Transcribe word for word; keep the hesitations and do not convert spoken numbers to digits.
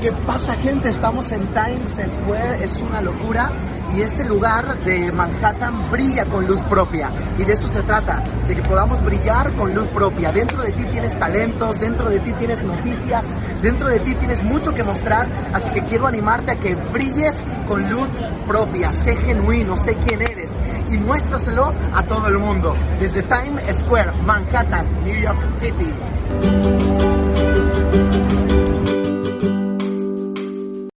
¿Qué pasa, gente? Estamos en Times Square, es una locura y este lugar de Manhattan brilla con luz propia y de eso se trata, de que podamos brillar con luz propia. Dentro de ti tienes talentos, dentro de ti tienes noticias, dentro de ti tienes mucho que mostrar, así que quiero animarte a que brilles con luz propia. Sé genuino, sé quién eres y muéstraselo a todo el mundo. Desde Times Square, Manhattan, New York City.